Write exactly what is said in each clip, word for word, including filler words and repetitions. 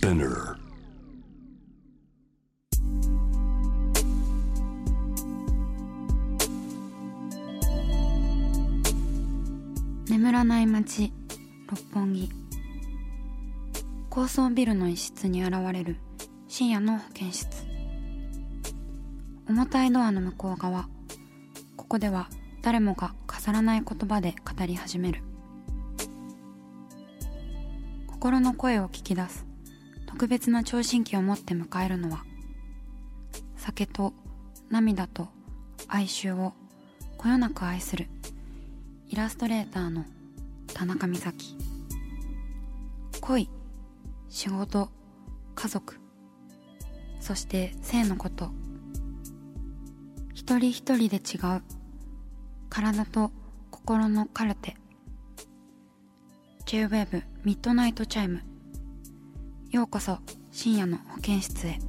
Spinner。 眠らない街六本木。高層ビルの一室に現れる深夜の保健室。重たいドアの向こう側、ここでは誰もが飾らない言葉で語り始める。心の声を聞き出す特別な聴診器を持って迎えるのは、酒と涙と哀愁をこよなく愛するイラストレーターの田中美咲。恋、仕事、家族、そして性のこと、一人一人で違う体と心のカルテ。 J-Wave ミッドナイトチャイム。ようこそ深夜の保健室へ。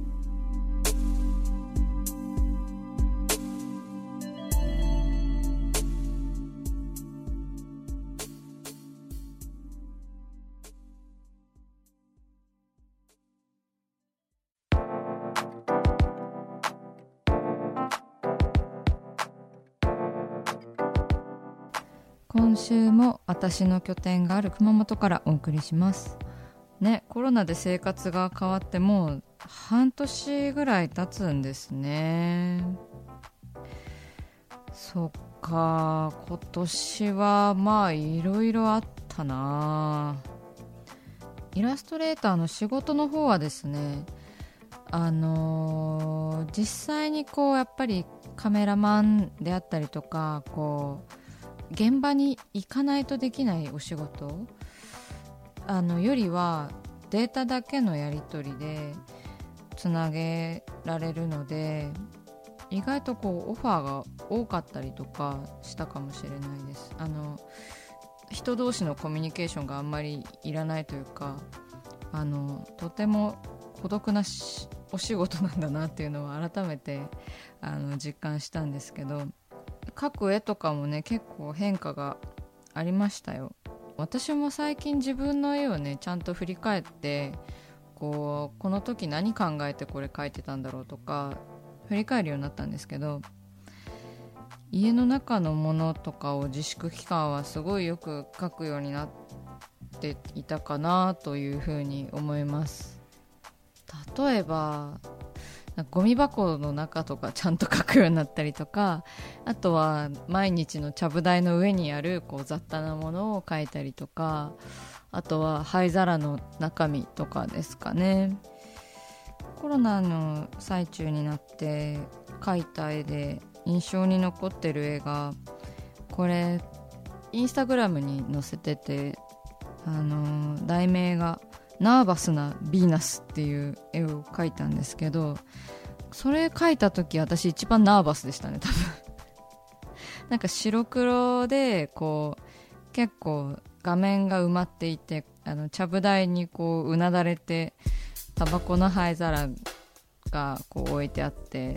今週も私の拠点がある熊本からお送りしますね。コロナで生活が変わってもう半年ぐらい経つんですね。そっか、今年はまあいろいろあったな。イラストレーターの仕事の方はですね、あのー、実際にこうやっぱりカメラマンであったりとか、こう現場に行かないとできないお仕事あのよりはデータだけのやり取りでつなげられるので、意外とこうオファーが多かったりとかしたかもしれないです。あの人同士のコミュニケーションがあんまりいらないというか、あのとても孤独なしお仕事なんだなっていうのを改めてあの実感したんですけど、描く絵とかもね結構変化がありましたよ。私も最近自分の絵をねちゃんと振り返って、こうこの時何考えてこれ描いてたんだろうとか振り返るようになったんですけど、家の中のものとかを自粛期間はすごいよく描くようになっていたかなというふうに思います。例えばゴミ箱の中とかちゃんと描くようになったりとか、あとは毎日のちゃぶ台の上にあるこう雑多なものを描いたりとか、あとは灰皿の中身とかですかね。コロナの最中になって描いた絵で印象に残ってる絵が、これインスタグラムに載せてて、あのー、題名がナーバスなヴィーナスっていう絵を描いたんですけど、それ描いた時私一番ナーバスでしたね多分なんか白黒でこう結構画面が埋まっていて、あのちゃぶ台にこううなだれてタバコの灰皿がこう置いてあって、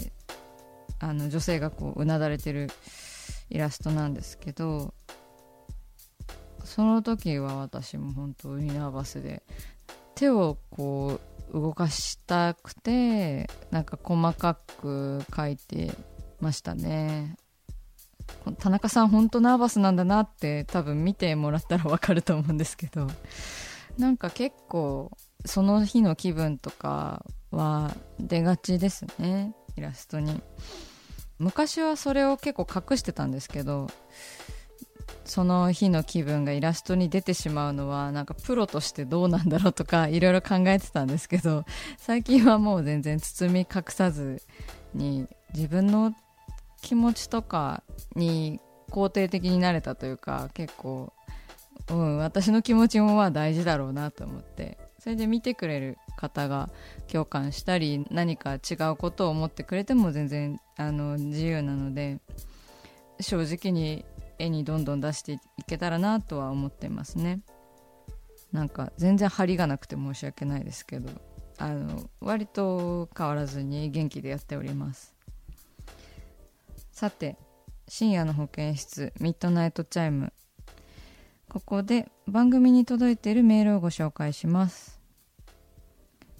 あの女性がこううなだれてるイラストなんですけど、その時は私も本当にナーバスで、手をこう動かしたくてなんか細かく描いてましたね。田中さん本当ナーバスなんだなって多分見てもらったら分かると思うんですけど、なんか結構その日の気分とかは出がちですね、イラストに。昔はそれを結構隠してたんですけど、その日の気分がイラストに出てしまうのはなんかプロとしてどうなんだろうとかいろいろ考えてたんですけど、最近はもう全然包み隠さずに自分の気持ちとかに肯定的になれたというか、結構、うん、私の気持ちもまあ大事だろうなと思って、それで見てくれる方が共感したり何か違うことを思ってくれても全然あの自由なので、正直に絵にどんどん出していけたらなとは思ってますね。なんか全然張りがなくて申し訳ないですけど、あの割と変わらずに元気でやっております。さて、深夜の保健室ミッドナイトチャイム、ここで番組に届いているメールをご紹介します。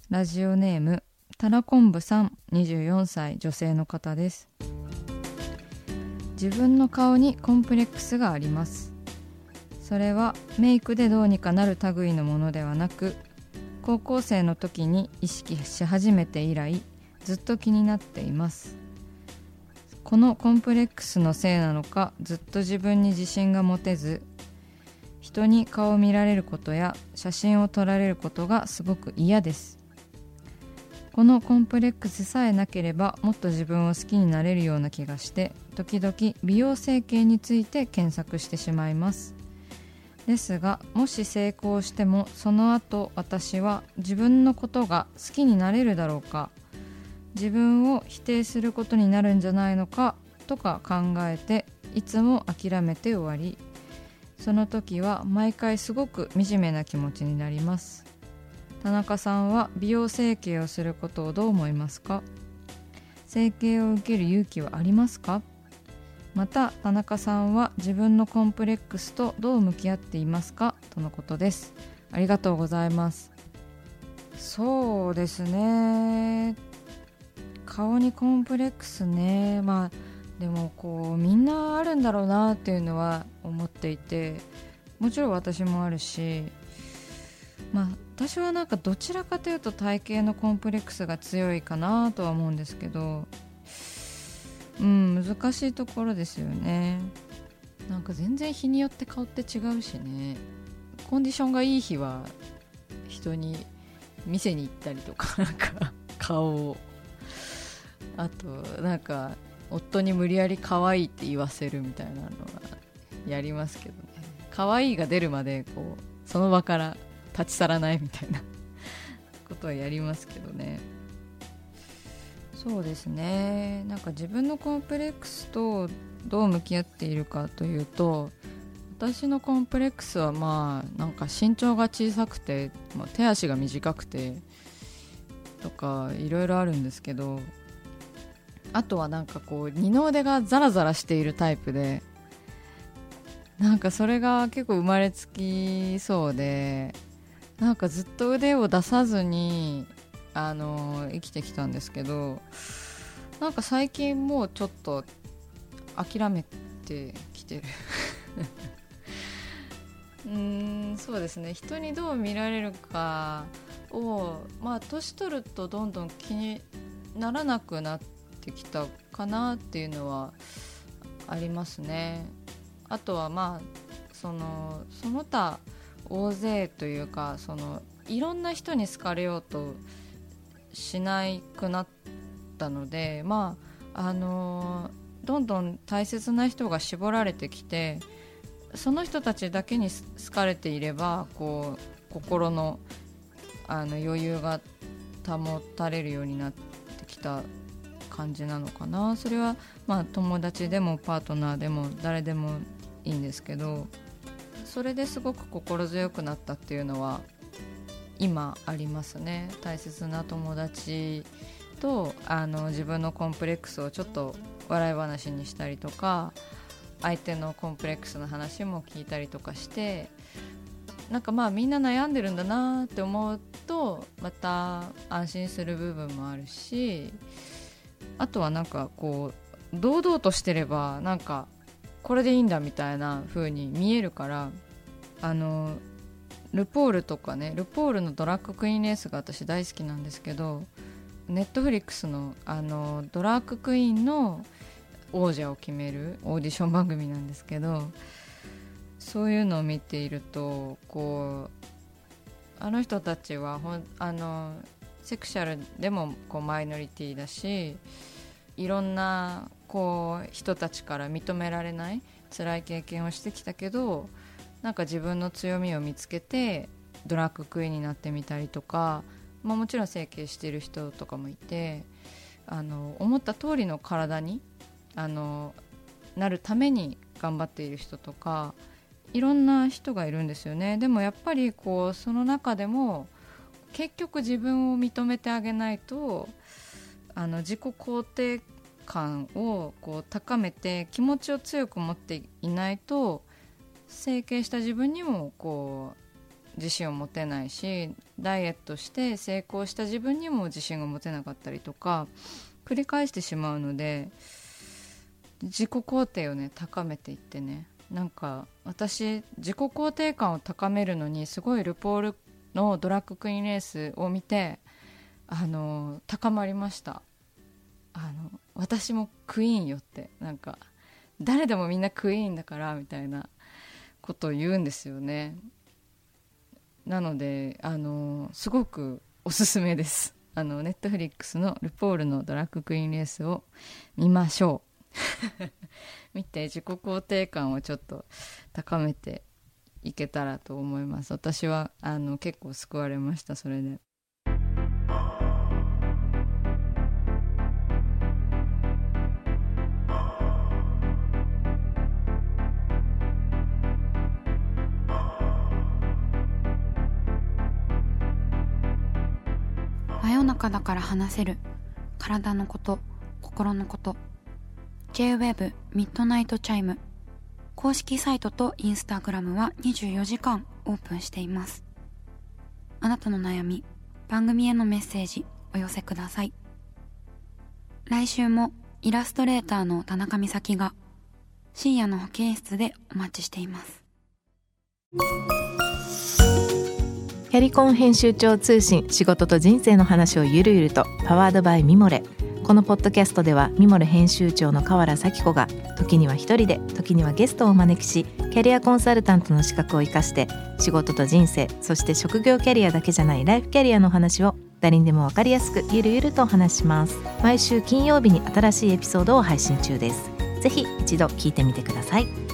ラジオネームたらこんぶさん、にじゅうよんさい女性の方です。自分の顔にコンプレックスがあります。それはメイクでどうにかなる類のものではなく、高校生の時に意識し始めて以来ずっと気になっています。このコンプレックスのせいなのか、ずっと自分に自信が持てず、人に顔を見られることや写真を撮られることがすごく嫌です。このコンプレックスさえなければもっと自分を好きになれるような気がして、時々美容整形について検索してしまいます。ですが、もし成功してもその後私は自分のことが好きになれるだろうか、自分を否定することになるんじゃないのかとか考えて、いつも諦めて終わり、その時は毎回すごく惨めな気持ちになります。田中さんは美容整形をすることをどう思いますか？整形を受ける勇気はありますか？また田中さんは自分のコンプレックスとどう向き合っていますか？とのことです。ありがとうございます。そうですね、顔にコンプレックスね、まあでもこうみんなあるんだろうなっていうのは思っていて、もちろん私もあるし、まあ私はなんかどちらかというと体型のコンプレックスが強いかなとは思うんですけど、うん、難しいところですよね。なんか全然日によって顔って違うしね。コンディションがいい日は人に店に行ったりとか、なんか顔を、あとなんか夫に無理やり可愛いって言わせるみたいなのはやりますけどね。可愛いが出るまでこうその場から立ち去らないみたいなことはやりますけどね。そうですね、なんか自分のコンプレックスとどう向き合っているかというと、私のコンプレックスはまあなんか身長が小さくて、まあ、手足が短くてとかいろいろあるんですけど、あとはなんかこう二の腕がザラザラしているタイプで、なんかそれが結構生まれつきそうで、なんかずっと腕を出さずにあの生きてきたんですけど、なんか最近もうちょっと諦めてきてるうーん、そうですね、人にどう見られるかを、まあ年取るとどんどん気にならなくなってきたかなっていうのはありますね。あとはまあそのその他大勢というか、そのいろんな人に好かれようとしなくなったので、まああのどんどん大切な人が絞られてきて、その人たちだけに好かれていればこう心の、あの余裕が保たれるようになってきた感じなのかな。それはまあ友達でもパートナーでも誰でもいいんですけど、それですごく心強くなったっていうのは今ありますね。大切な友達とあの自分のコンプレックスをちょっと笑い話にしたりとか、相手のコンプレックスの話も聞いたりとかして、なんかまあみんな悩んでるんだなって思うとまた安心する部分もあるし、あとはなんかこう堂々としてればなんかこれでいいんだみたいな風に見えるから、あのルポールとかね、ルポールのドラッグクイーンレースが私大好きなんですけど、ネットフリックスのあのドラッグクイーンの王者を決めるオーディション番組なんですけど、そういうのを見ているとこうあの人たちはほんあのセクシャルでもこうマイノリティだし、いろんなこう人たちから認められない辛い経験をしてきたけど、なんか自分の強みを見つけてドラッグクイーンになってみたりとか、まあ、もちろん整形してる人とかもいて、あの思った通りの体にあのなるために頑張っている人とかいろんな人がいるんですよね。でもやっぱりこうその中でも結局自分を認めてあげないと、あの自己肯定感をこう高めて気持ちを強く持っていないと、整形した自分にもこ自信を持てないし、ダイエットして成功した自分にも自信が持てなかったりとか繰り返してしまうので、自己肯定をね高めていってね、なんか私自己肯定感を高めるのにすごいルポールのドラッグクイーンレースを見てあの高まりました。あの私もクイーンよって、なんか誰でもみんなクイーンだからみたいなことを言うんですよね。なのであのすごくおすすめです。あのネットフリックスのルポールのドラッグクイーンレースを見ましょう見て自己肯定感をちょっと高めていけたらと思います。私はあの結構救われました。それで真夜中だから話せる体のこと、心のこと。 ジェイウェブ ミッドナイトチャイム公式サイトとインスタグラムはにじゅうよじかんオープンしています。あなたの悩み、番組へのメッセージお寄せください。来週もイラストレーターの田中美咲が深夜の保健室でお待ちしています。 キャリコン編集長通信、仕事と人生の話をゆるゆると、パワードバイミモレ。このポッドキャストではミモレ編集長の河原咲子が時には一人で、時にはゲストをお招きし、キャリアコンサルタントの資格を生かして仕事と人生、そして職業キャリアだけじゃないライフキャリアの話を誰にでも分かりやすくゆるゆるとお話します。毎週金曜日に新しいエピソードを配信中です。ぜひ一度聞いてみてください。